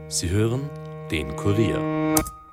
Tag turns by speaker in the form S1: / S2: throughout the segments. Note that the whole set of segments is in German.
S1: Sie hören den Kurier.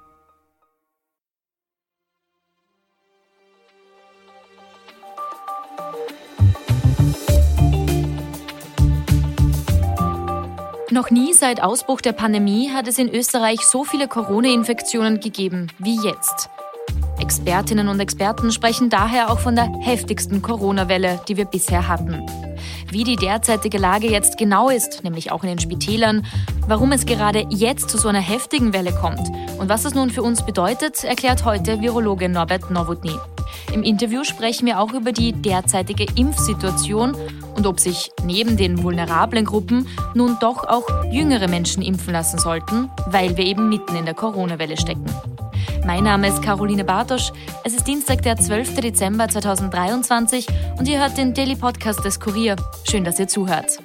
S2: Noch nie seit Ausbruch der Pandemie hat es in Österreich so viele Corona-Infektionen gegeben wie jetzt. Expertinnen und Experten sprechen daher auch von der heftigsten Corona-Welle, die wir bisher hatten. Wie die derzeitige Lage jetzt genau ist, nämlich auch in den Spitälern, warum es gerade jetzt zu so einer heftigen Welle kommt und was es nun für uns bedeutet, erklärt heute Virologe Norbert Nowotny. Im Interview sprechen wir auch über die derzeitige Impfsituation und ob sich neben den vulnerablen Gruppen nun doch auch jüngere Menschen impfen lassen sollten, weil wir eben mitten in der Corona-Welle stecken. Mein Name ist Caroline Bartosch. Es ist Dienstag, der 12. Dezember 2023 und ihr hört den Daily Podcast des Kurier. Schön, dass ihr zuhört.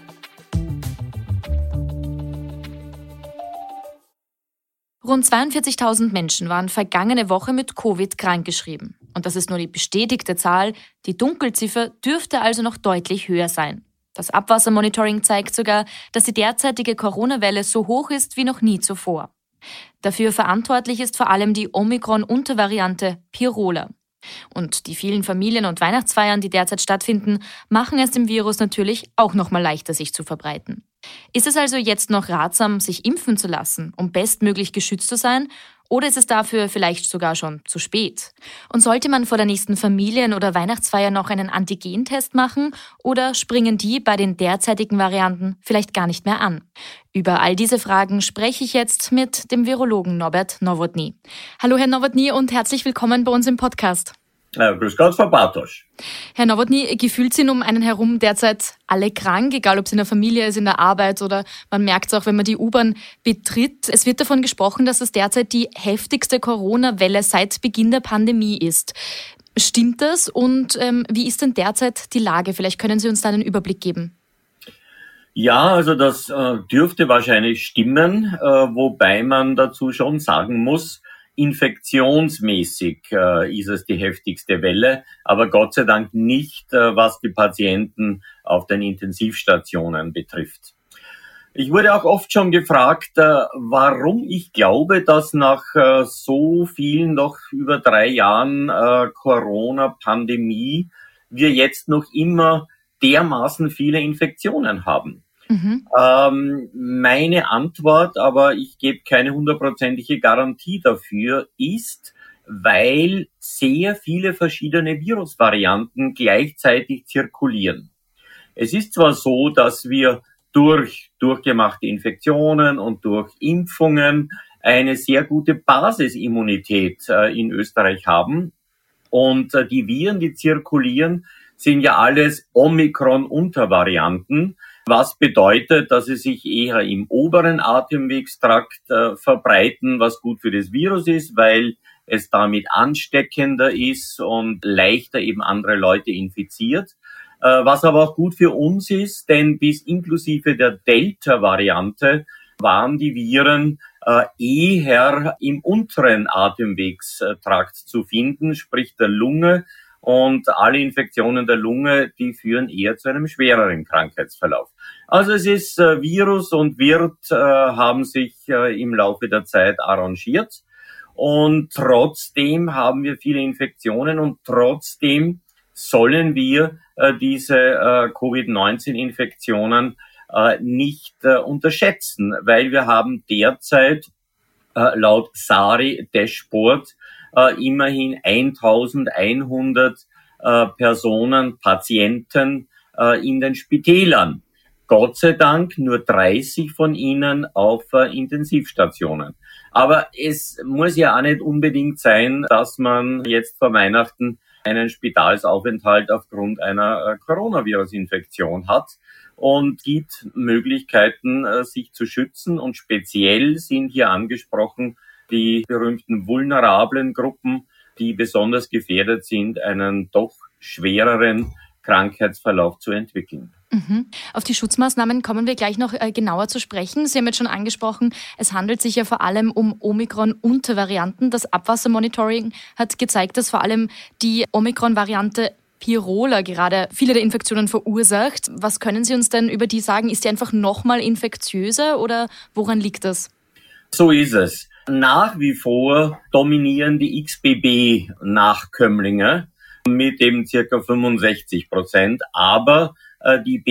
S2: Rund 42.000 Menschen waren vergangene Woche mit Covid krankgeschrieben. Und das ist nur die bestätigte Zahl. Die Dunkelziffer dürfte also noch deutlich höher sein. Das Abwassermonitoring zeigt sogar, dass die derzeitige Corona-Welle so hoch ist wie noch nie zuvor. Dafür verantwortlich ist vor allem die Omikron-Untervariante Pirola. Und die vielen Familien- und Weihnachtsfeiern, die derzeit stattfinden, machen es dem Virus natürlich auch noch mal leichter, sich zu verbreiten. Ist es also jetzt noch ratsam, sich impfen zu lassen, um bestmöglich geschützt zu sein? Oder ist es dafür vielleicht sogar schon zu spät? Und sollte man vor der nächsten Familien- oder Weihnachtsfeier noch einen Antigentest machen? Oder springen die bei den derzeitigen Varianten vielleicht gar nicht mehr an? Über all diese Fragen spreche ich jetzt mit dem Virologen Norbert Nowotny. Hallo Herr Nowotny und herzlich willkommen bei uns im Podcast.
S3: Grüß Gott, Frau Bartosch.
S2: Herr Nowotny, gefühlt sind um einen herum derzeit alle krank, egal ob es in der Familie ist, in der Arbeit oder man merkt es auch, wenn man die U-Bahn betritt. Es wird davon gesprochen, dass es derzeit die heftigste Corona-Welle seit Beginn der Pandemie ist. Stimmt das? Und wie ist denn derzeit die Lage? Vielleicht können Sie uns da einen Überblick geben.
S3: Ja, also das dürfte wahrscheinlich stimmen, wobei man dazu schon sagen muss, infektionsmäßig ist es die heftigste Welle, aber Gott sei Dank nicht, was die Patienten auf den Intensivstationen betrifft. Ich wurde auch oft schon gefragt, warum ich glaube, dass nach so vielen, noch über 3 Jahren Corona-Pandemie wir jetzt noch immer dermaßen viele Infektionen haben. Meine Antwort, aber ich gebe keine 100%ige Garantie dafür, ist, weil sehr viele verschiedene Virusvarianten gleichzeitig zirkulieren. Es ist zwar so, dass wir durch durchgemachte Infektionen und durch Impfungen eine sehr gute Basisimmunität in Österreich haben und die Viren, die zirkulieren, sind ja alles Omikron-Untervarianten, was bedeutet, dass sie sich eher im oberen Atemwegstrakt verbreiten, was gut für das Virus ist, weil es damit ansteckender ist und leichter eben andere Leute infiziert. Was aber auch gut für uns ist, denn bis inklusive der Delta-Variante waren die Viren eher im unteren Atemwegstrakt zu finden, sprich der Lunge. Und alle Infektionen der Lunge, die führen eher zu einem schwereren Krankheitsverlauf. Also es ist Virus und Wirt haben sich im Laufe der Zeit arrangiert. Und trotzdem haben wir viele Infektionen und trotzdem sollen wir diese Covid-19-Infektionen nicht unterschätzen, weil wir haben derzeit laut SARI-Dashboard immerhin 1100 Personen, Patienten in den Spitälern. Gott sei Dank nur 30 von ihnen auf Intensivstationen. Aber es muss ja auch nicht unbedingt sein, dass man jetzt vor Weihnachten einen Spitalsaufenthalt aufgrund einer Coronavirus-Infektion hat. Und gibt Möglichkeiten, sich zu schützen. Und speziell sind hier angesprochen die berühmten vulnerablen Gruppen, die besonders gefährdet sind, einen doch schwereren Krankheitsverlauf zu entwickeln.
S2: Auf die Schutzmaßnahmen kommen wir gleich noch genauer zu sprechen. Sie haben jetzt schon angesprochen, es handelt sich ja vor allem um Omikron-Untervarianten. Das Abwassermonitoring hat gezeigt, dass vor allem die Omikron-Variante Pirola gerade viele der Infektionen verursacht. Was können Sie uns denn über die sagen? Ist die einfach nochmal infektiöser oder woran liegt das?
S3: So ist es. Nach wie vor dominieren die XBB-Nachkömmlinge mit eben circa 65%, aber die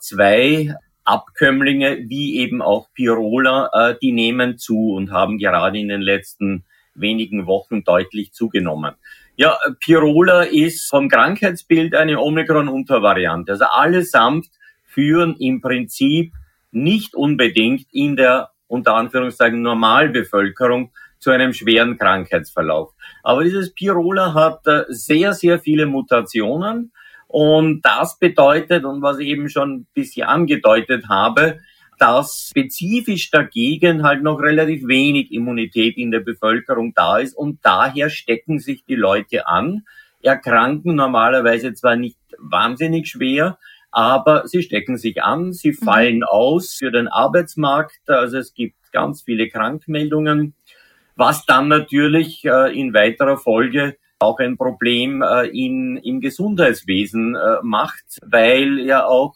S3: BA2-Abkömmlinge, wie eben auch Piroler, die nehmen zu und haben gerade in den letzten wenigen Wochen deutlich zugenommen. Ja, Piroler ist vom Krankheitsbild eine Omikron-Untervariante. Also allesamt führen im Prinzip nicht unbedingt in der unter Anführungszeichen Normalbevölkerung zu einem schweren Krankheitsverlauf. Aber dieses Piroler hat sehr, sehr viele Mutationen und das bedeutet, und was ich eben schon ein bisschen angedeutet habe, dass spezifisch dagegen halt noch relativ wenig Immunität in der Bevölkerung da ist und daher stecken sich die Leute an, erkranken normalerweise zwar nicht wahnsinnig schwer, aber sie stecken sich an, sie fallen aus für den Arbeitsmarkt, also es gibt ganz viele Krankmeldungen, was dann natürlich in weiterer Folge auch ein Problem im Gesundheitswesen macht, weil ja auch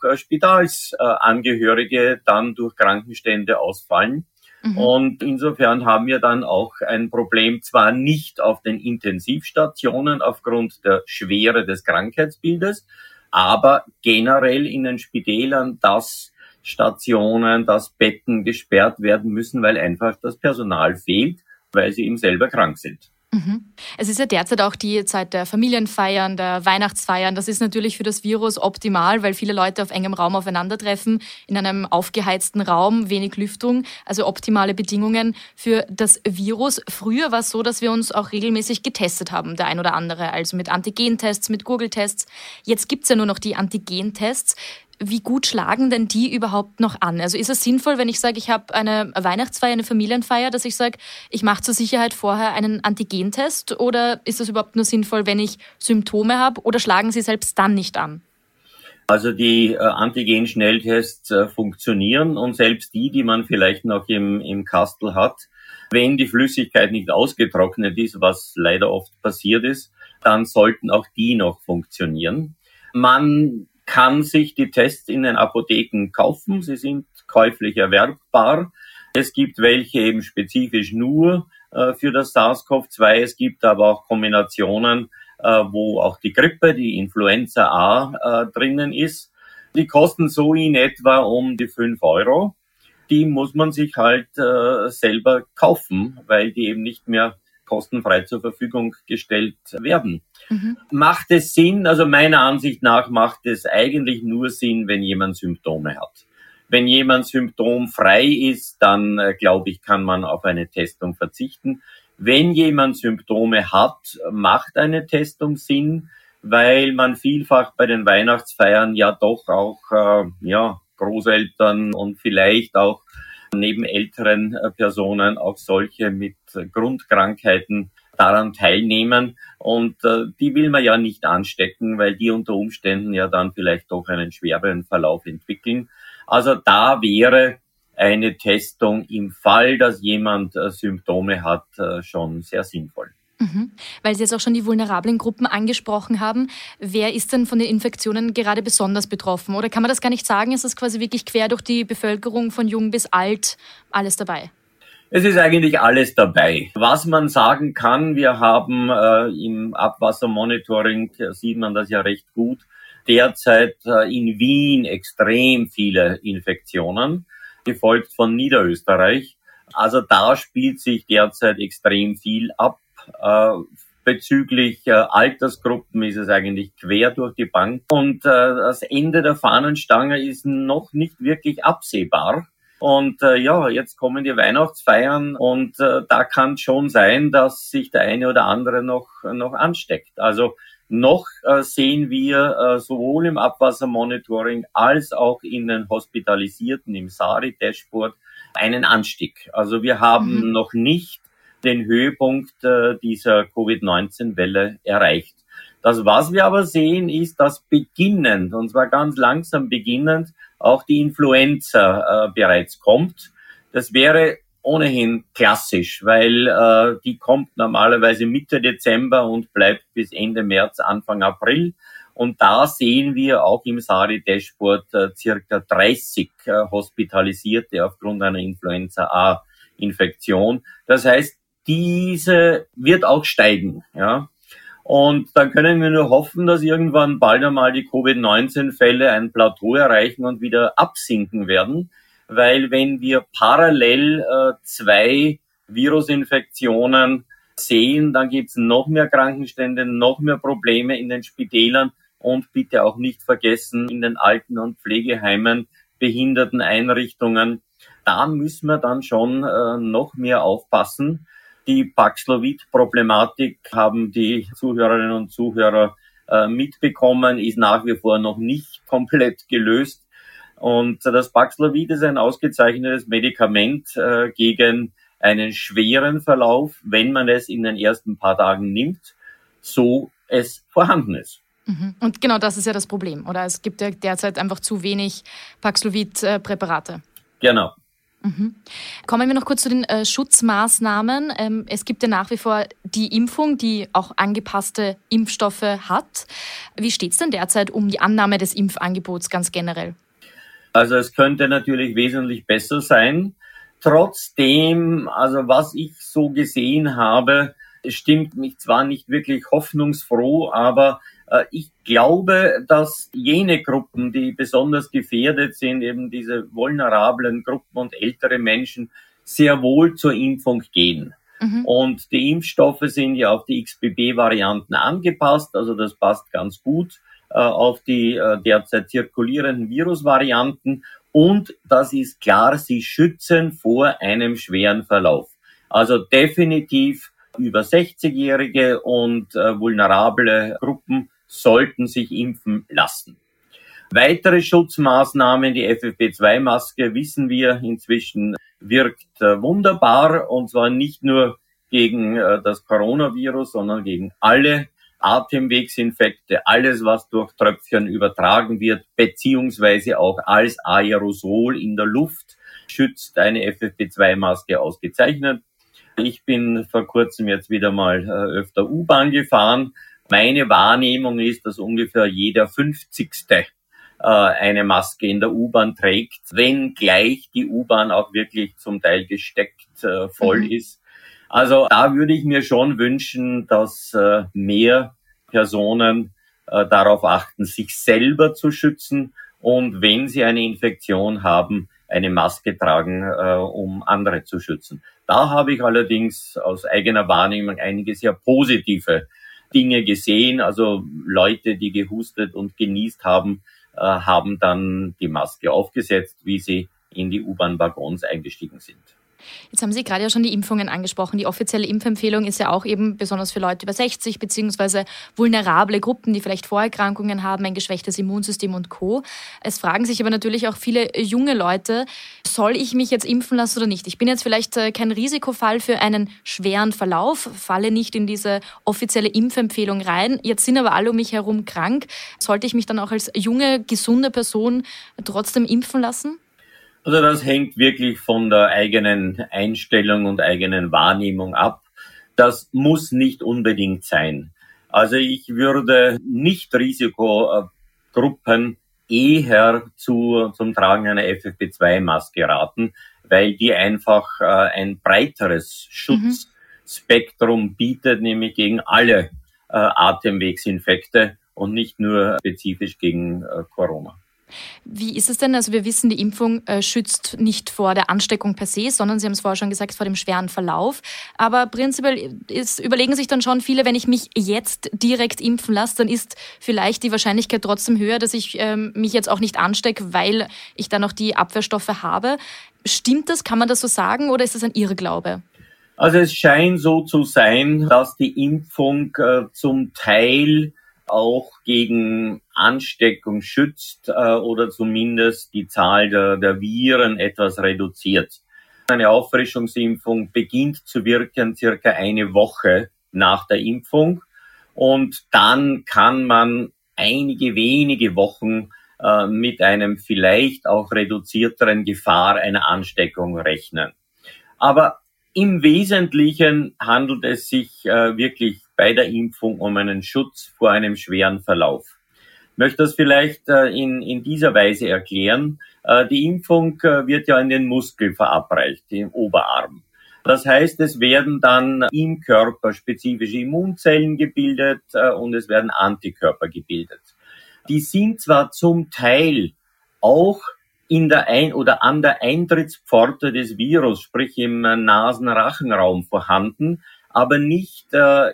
S3: Spitalsangehörige dann durch Krankenstände ausfallen. Und insofern haben wir dann auch ein Problem, zwar nicht auf den Intensivstationen aufgrund der Schwere des Krankheitsbildes, aber generell in den Spitälern, dass Stationen, dass Betten gesperrt werden müssen, weil einfach das Personal fehlt, weil sie eben selber krank sind.
S2: Es ist ja derzeit auch die Zeit der Familienfeiern, der Weihnachtsfeiern. Das ist natürlich für das Virus optimal, weil viele Leute auf engem Raum aufeinandertreffen, in einem aufgeheizten Raum, wenig Lüftung, also optimale Bedingungen für das Virus. Früher war es so, dass wir uns auch regelmäßig getestet haben, der ein oder andere, also mit Antigentests, mit Gurgeltests. Jetzt gibt's ja nur noch die Antigentests. Wie gut schlagen denn die überhaupt noch an? Also ist es sinnvoll, wenn ich sage, ich habe eine Weihnachtsfeier, eine Familienfeier, dass ich sage, ich mache zur Sicherheit vorher einen Antigentest? Oder ist es überhaupt nur sinnvoll, wenn ich Symptome habe? Oder schlagen sie selbst dann nicht an?
S3: Also die Antigen-Schnelltests funktionieren und selbst die man vielleicht noch im Kastel hat, wenn die Flüssigkeit nicht ausgetrocknet ist, was leider oft passiert ist, dann sollten auch die noch funktionieren. Man kann sich die Tests in den Apotheken kaufen. Sie sind käuflich erwerbbar. Es gibt welche eben spezifisch nur für das SARS-CoV-2. Es gibt aber auch Kombinationen, wo auch die Grippe, die Influenza A drinnen ist. Die kosten so in etwa um die 5 €. Die muss man sich halt selber kaufen, weil die eben nicht mehr kostenfrei zur Verfügung gestellt werden. Macht es Sinn? Also meiner Ansicht nach macht es eigentlich nur Sinn, wenn jemand Symptome hat. Wenn jemand symptomfrei ist, dann glaube ich, kann man auf eine Testung verzichten. Wenn jemand Symptome hat, macht eine Testung Sinn, weil man vielfach bei den Weihnachtsfeiern ja doch auch Großeltern und vielleicht auch neben älteren Personen auch solche mit Grundkrankheiten daran teilnehmen. Und die will man ja nicht anstecken, weil die unter Umständen ja dann vielleicht doch einen schwereren Verlauf entwickeln. Also da wäre eine Testung im Fall, dass jemand Symptome hat, schon sehr sinnvoll.
S2: Weil Sie jetzt auch schon die vulnerablen Gruppen angesprochen haben. Wer ist denn von den Infektionen gerade besonders betroffen? Oder kann man das gar nicht sagen? Ist das quasi wirklich quer durch die Bevölkerung von jung bis alt alles dabei?
S3: Es ist eigentlich alles dabei. Was man sagen kann, wir haben im Abwassermonitoring, sieht man das ja recht gut, derzeit in Wien extrem viele Infektionen, gefolgt von Niederösterreich. Also da spielt sich derzeit extrem viel ab. Bezüglich Altersgruppen ist es eigentlich quer durch die Bank. Und das Ende der Fahnenstange ist noch nicht wirklich absehbar. Und jetzt kommen die Weihnachtsfeiern und da kann schon sein, dass sich der eine oder andere noch ansteckt. Also noch sehen wir sowohl im Abwassermonitoring als auch in den Hospitalisierten im SARI-Dashboard einen Anstieg. Also wir haben noch nicht den Höhepunkt dieser Covid-19-Welle erreicht. Das, was wir aber sehen, ist, dass beginnend, und zwar ganz langsam beginnend, auch die Influenza bereits kommt. Das wäre ohnehin klassisch, weil die kommt normalerweise Mitte Dezember und bleibt bis Ende März, Anfang April. Und da sehen wir auch im SARI-Dashboard circa 30 Hospitalisierte aufgrund einer Influenza A Infektion. Das heißt, diese wird auch steigen, ja. Und dann können wir nur hoffen, dass irgendwann bald einmal die Covid-19-Fälle ein Plateau erreichen und wieder absinken werden. Weil wenn wir parallel 2 Virusinfektionen sehen, dann gibt es noch mehr Krankenstände, noch mehr Probleme in den Spitälern und bitte auch nicht vergessen in den Alten- und Pflegeheimen, Behinderteneinrichtungen. Da müssen wir dann schon noch mehr aufpassen. Die Paxlovid-Problematik haben die Zuhörerinnen und Zuhörer mitbekommen, ist nach wie vor noch nicht komplett gelöst. Und das Paxlovid ist ein ausgezeichnetes Medikament gegen einen schweren Verlauf, wenn man es in den ersten paar Tagen nimmt, so es vorhanden ist.
S2: Und genau das ist ja das Problem, oder? Es gibt ja derzeit einfach zu wenig Paxlovid-Präparate.
S3: Genau.
S2: Kommen wir noch kurz zu den Schutzmaßnahmen. Es gibt ja nach wie vor die Impfung, die auch angepasste Impfstoffe hat. Wie steht es denn derzeit um die Annahme des Impfangebots ganz generell?
S3: Also es könnte natürlich wesentlich besser sein. Trotzdem, also was ich so gesehen habe, stimmt mich zwar nicht wirklich hoffnungsfroh, aber ich glaube, dass jene Gruppen, die besonders gefährdet sind, eben diese vulnerablen Gruppen und ältere Menschen, sehr wohl zur Impfung gehen. Und die Impfstoffe sind ja auf die XBB-Varianten angepasst, also das passt ganz gut auf die derzeit zirkulierenden Virusvarianten. Und das ist klar, sie schützen vor einem schweren Verlauf. Also definitiv über 60-Jährige und vulnerable Gruppen sollten sich impfen lassen. Weitere Schutzmaßnahmen, die FFP2-Maske, wissen wir inzwischen, wirkt wunderbar, und zwar nicht nur gegen das Coronavirus, sondern gegen alle Atemwegsinfekte, alles, was durch Tröpfchen übertragen wird, beziehungsweise auch als Aerosol in der Luft, schützt eine FFP2-Maske ausgezeichnet. Ich bin vor kurzem jetzt wieder mal öfter U-Bahn gefahren. Meine Wahrnehmung ist, dass ungefähr jeder 50. Eine Maske in der U-Bahn trägt, wenn gleich die U-Bahn auch wirklich zum Teil gesteckt voll ist. Also da würde ich mir schon wünschen, dass mehr Personen darauf achten, sich selber zu schützen und wenn sie eine Infektion haben, eine Maske tragen, um andere zu schützen. Da habe ich allerdings aus eigener Wahrnehmung einige sehr positive Dinge gesehen. Also Leute, die gehustet und genießt haben, haben dann die Maske aufgesetzt, wie sie in die U-Bahn-Waggons eingestiegen sind.
S2: Jetzt haben Sie gerade ja schon die Impfungen angesprochen. Die offizielle Impfempfehlung ist ja auch eben besonders für Leute über 60 beziehungsweise vulnerable Gruppen, die vielleicht Vorerkrankungen haben, ein geschwächtes Immunsystem und Co. Es fragen sich aber natürlich auch viele junge Leute, soll ich mich jetzt impfen lassen oder nicht? Ich bin jetzt vielleicht kein Risikofall für einen schweren Verlauf, falle nicht in diese offizielle Impfempfehlung rein. Jetzt sind aber alle um mich herum krank. Sollte ich mich dann auch als junge, gesunde Person trotzdem impfen lassen?
S3: Also das hängt wirklich von der eigenen Einstellung und eigenen Wahrnehmung ab. Das muss nicht unbedingt sein. Also ich würde nicht Risikogruppen eher zum Tragen einer FFP2-Maske raten, weil die einfach ein breiteres Schutzspektrum bietet, nämlich gegen alle Atemwegsinfekte und nicht nur spezifisch gegen Corona.
S2: Wie ist es denn? Also wir wissen, die Impfung schützt nicht vor der Ansteckung per se, sondern Sie haben es vorher schon gesagt, vor dem schweren Verlauf. Aber prinzipiell überlegen sich dann schon viele, wenn ich mich jetzt direkt impfen lasse, dann ist vielleicht die Wahrscheinlichkeit trotzdem höher, dass ich mich jetzt auch nicht anstecke, weil ich dann noch die Abwehrstoffe habe. Stimmt das? Kann man das so sagen oder ist das ein Irrglaube?
S3: Also es scheint so zu sein, dass die Impfung zum Teil auch gegen Ansteckung schützt oder zumindest die Zahl der Viren etwas reduziert. Eine Auffrischungsimpfung beginnt zu wirken circa eine Woche nach der Impfung und dann kann man einige wenige Wochen mit einem vielleicht auch reduzierteren Gefahr einer Ansteckung rechnen. Aber im Wesentlichen handelt es sich wirklich bei der Impfung um einen Schutz vor einem schweren Verlauf. möchte das vielleicht in dieser Weise erklären. Die Impfung wird ja in den Muskel verabreicht, im Oberarm. Das heißt, es werden dann im Körper spezifische Immunzellen gebildet und es werden Antikörper gebildet. Die sind zwar zum Teil auch an der Eintrittspforte des Virus, sprich im Nasen-Rachenraum vorhanden, aber nicht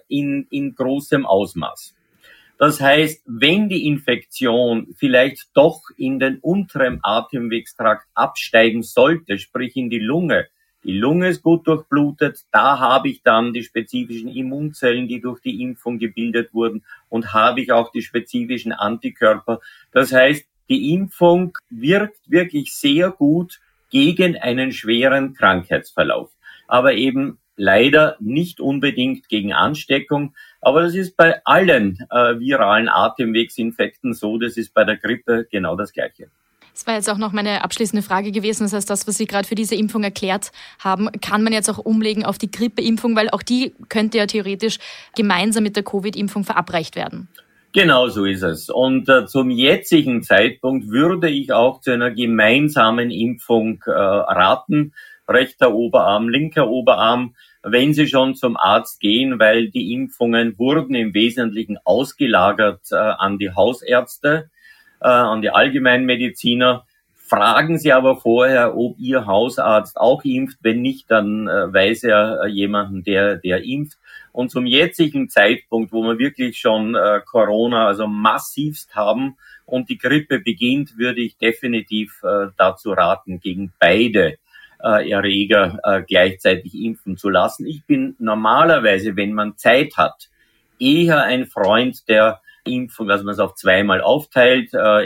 S3: in großem Ausmaß. Das heißt, wenn die Infektion vielleicht doch in den unteren Atemwegstrakt absteigen sollte, sprich in die Lunge ist gut durchblutet, da habe ich dann die spezifischen Immunzellen, die durch die Impfung gebildet wurden, und habe ich auch die spezifischen Antikörper. Das heißt, die Impfung wirkt wirklich sehr gut gegen einen schweren Krankheitsverlauf, aber eben leider nicht unbedingt gegen Ansteckung. Aber das ist bei allen viralen Atemwegsinfekten so, das ist bei der Grippe genau das Gleiche.
S2: Das war jetzt auch noch meine abschließende Frage gewesen. Das heißt, das, was Sie gerade für diese Impfung erklärt haben, kann man jetzt auch umlegen auf die Grippeimpfung, weil auch die könnte ja theoretisch gemeinsam mit der Covid-Impfung verabreicht werden.
S3: Genau so ist es. Und zum jetzigen Zeitpunkt würde ich auch zu einer gemeinsamen Impfung raten. Rechter Oberarm, linker Oberarm, wenn Sie schon zum Arzt gehen, weil die Impfungen wurden im Wesentlichen ausgelagert an die Hausärzte, an die Allgemeinmediziner. Fragen Sie aber vorher, ob Ihr Hausarzt auch impft. Wenn nicht, dann weiß er jemanden, der impft. Und zum jetzigen Zeitpunkt, wo wir wirklich schon Corona also massivst haben und die Grippe beginnt, würde ich definitiv dazu raten, gegen beide Erreger gleichzeitig impfen zu lassen. Ich bin normalerweise, wenn man Zeit hat, eher ein Freund der Impfung, dass man es auf zweimal aufteilt,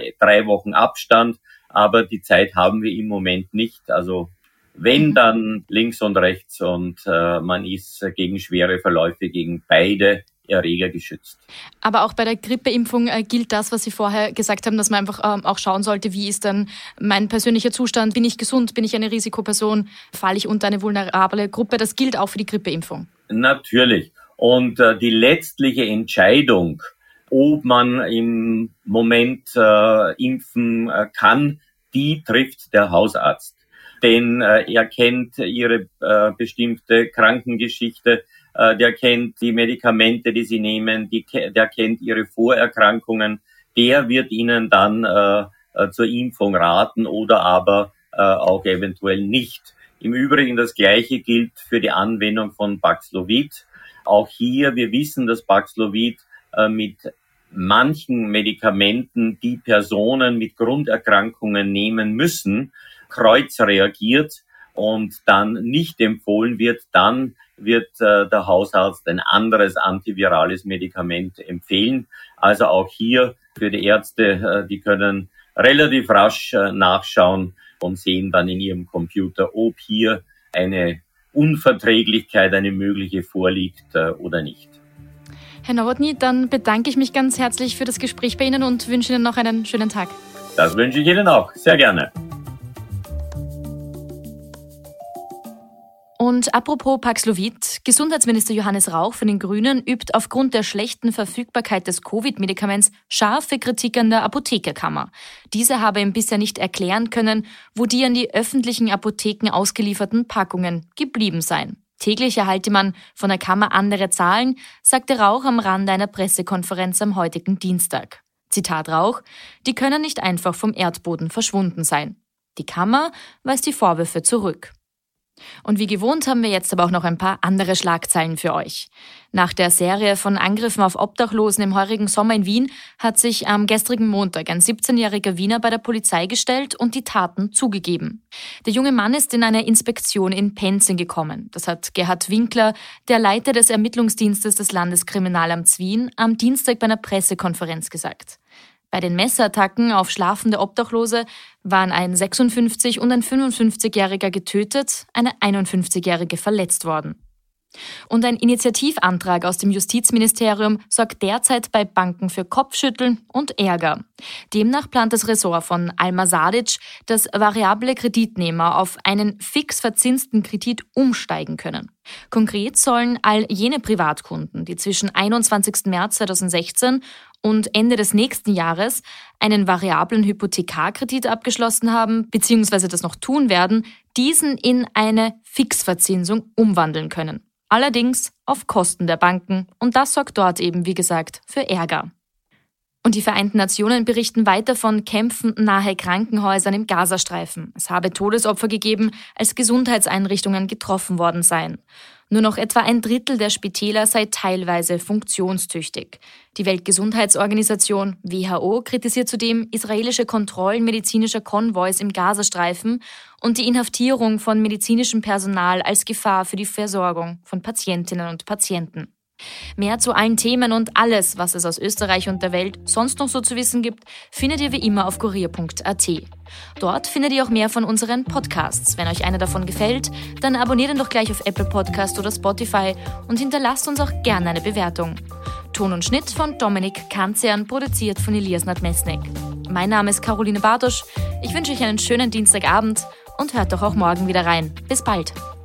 S3: 3 Wochen Abstand, aber die Zeit haben wir im Moment nicht. Also wenn, dann links und rechts, und man ist gegen schwere Verläufe, gegen beide Erreger geschützt.
S2: Aber auch bei der Grippeimpfung gilt das, was Sie vorher gesagt haben, dass man einfach auch schauen sollte, wie ist dann mein persönlicher Zustand, bin ich gesund, bin ich eine Risikoperson, falle ich unter eine vulnerable Gruppe, das gilt auch für die Grippeimpfung.
S3: Natürlich. Und die letztliche Entscheidung, ob man im Moment impfen kann, die trifft der Hausarzt. Denn er kennt Ihre bestimmte Krankengeschichte, der kennt die Medikamente, die Sie nehmen, der kennt Ihre Vorerkrankungen, der wird Ihnen dann zur Impfung raten oder aber auch eventuell nicht. Im Übrigen das Gleiche gilt für die Anwendung von Paxlovid. Auch hier, wir wissen, dass Paxlovid mit manchen Medikamenten, die Personen mit Grunderkrankungen nehmen müssen, kreuzreagiert und dann nicht empfohlen wird, dann wird der Hausarzt ein anderes antivirales Medikament empfehlen. Also auch hier für die Ärzte, die können relativ rasch nachschauen und sehen dann in ihrem Computer, ob hier eine Unverträglichkeit, eine mögliche vorliegt oder nicht.
S2: Herr Nowotny, dann bedanke ich mich ganz herzlich für das Gespräch bei Ihnen und wünsche Ihnen noch einen schönen Tag.
S3: Das wünsche ich Ihnen auch. Sehr gerne.
S2: Und apropos Paxlovid, Gesundheitsminister Johannes Rauch von den Grünen übt aufgrund der schlechten Verfügbarkeit des Covid-Medikaments scharfe Kritik an der Apothekerkammer. Diese habe ihm bisher nicht erklären können, wo die an die öffentlichen Apotheken ausgelieferten Packungen geblieben seien. Täglich erhalte man von der Kammer andere Zahlen, sagte Rauch am Rande einer Pressekonferenz am heutigen Dienstag. Zitat Rauch: Die können nicht einfach vom Erdboden verschwunden sein. Die Kammer weist die Vorwürfe zurück. Und wie gewohnt haben wir jetzt aber auch noch ein paar andere Schlagzeilen für euch. Nach der Serie von Angriffen auf Obdachlosen im heurigen Sommer in Wien hat sich am gestrigen Montag ein 17-jähriger Wiener bei der Polizei gestellt und die Taten zugegeben. Der junge Mann ist in eine Inspektion in Penzing gekommen. Das hat Gerhard Winkler, der Leiter des Ermittlungsdienstes des Landeskriminalamts Wien, am Dienstag bei einer Pressekonferenz gesagt. Bei den Messerattacken auf schlafende Obdachlose waren ein 56- und ein 55-Jähriger getötet, eine 51-Jährige verletzt worden. Und ein Initiativantrag aus dem Justizministerium sorgt derzeit bei Banken für Kopfschütteln und Ärger. Demnach plant das Ressort von Alma Sadic, dass variable Kreditnehmer auf einen fix verzinsten Kredit umsteigen können. Konkret sollen all jene Privatkunden, die zwischen 21. März 2016 und Ende des nächsten Jahres einen variablen Hypothekarkredit abgeschlossen haben, beziehungsweise das noch tun werden, diesen in eine Fixverzinsung umwandeln können. Allerdings auf Kosten der Banken und das sorgt dort eben, wie gesagt, für Ärger. Und die Vereinten Nationen berichten weiter von Kämpfen nahe Krankenhäusern im Gazastreifen. Es habe Todesopfer gegeben, als Gesundheitseinrichtungen getroffen worden seien. Nur noch etwa 1/3 der Spitäler sei teilweise funktionstüchtig. Die Weltgesundheitsorganisation WHO kritisiert zudem israelische Kontrollen medizinischer Konvois im Gazastreifen und die Inhaftierung von medizinischem Personal als Gefahr für die Versorgung von Patientinnen und Patienten. Mehr zu allen Themen und alles, was es aus Österreich und der Welt sonst noch so zu wissen gibt, findet ihr wie immer auf kurier.at. Dort findet ihr auch mehr von unseren Podcasts. Wenn euch einer davon gefällt, dann abonniert ihn doch gleich auf Apple Podcast oder Spotify und hinterlasst uns auch gerne eine Bewertung. Ton und Schnitt von Dominik Kanzian, produziert von Elias Nadmesnik. Mein Name ist Caroline Bartosch. Ich wünsche euch einen schönen Dienstagabend und hört doch auch morgen wieder rein. Bis bald.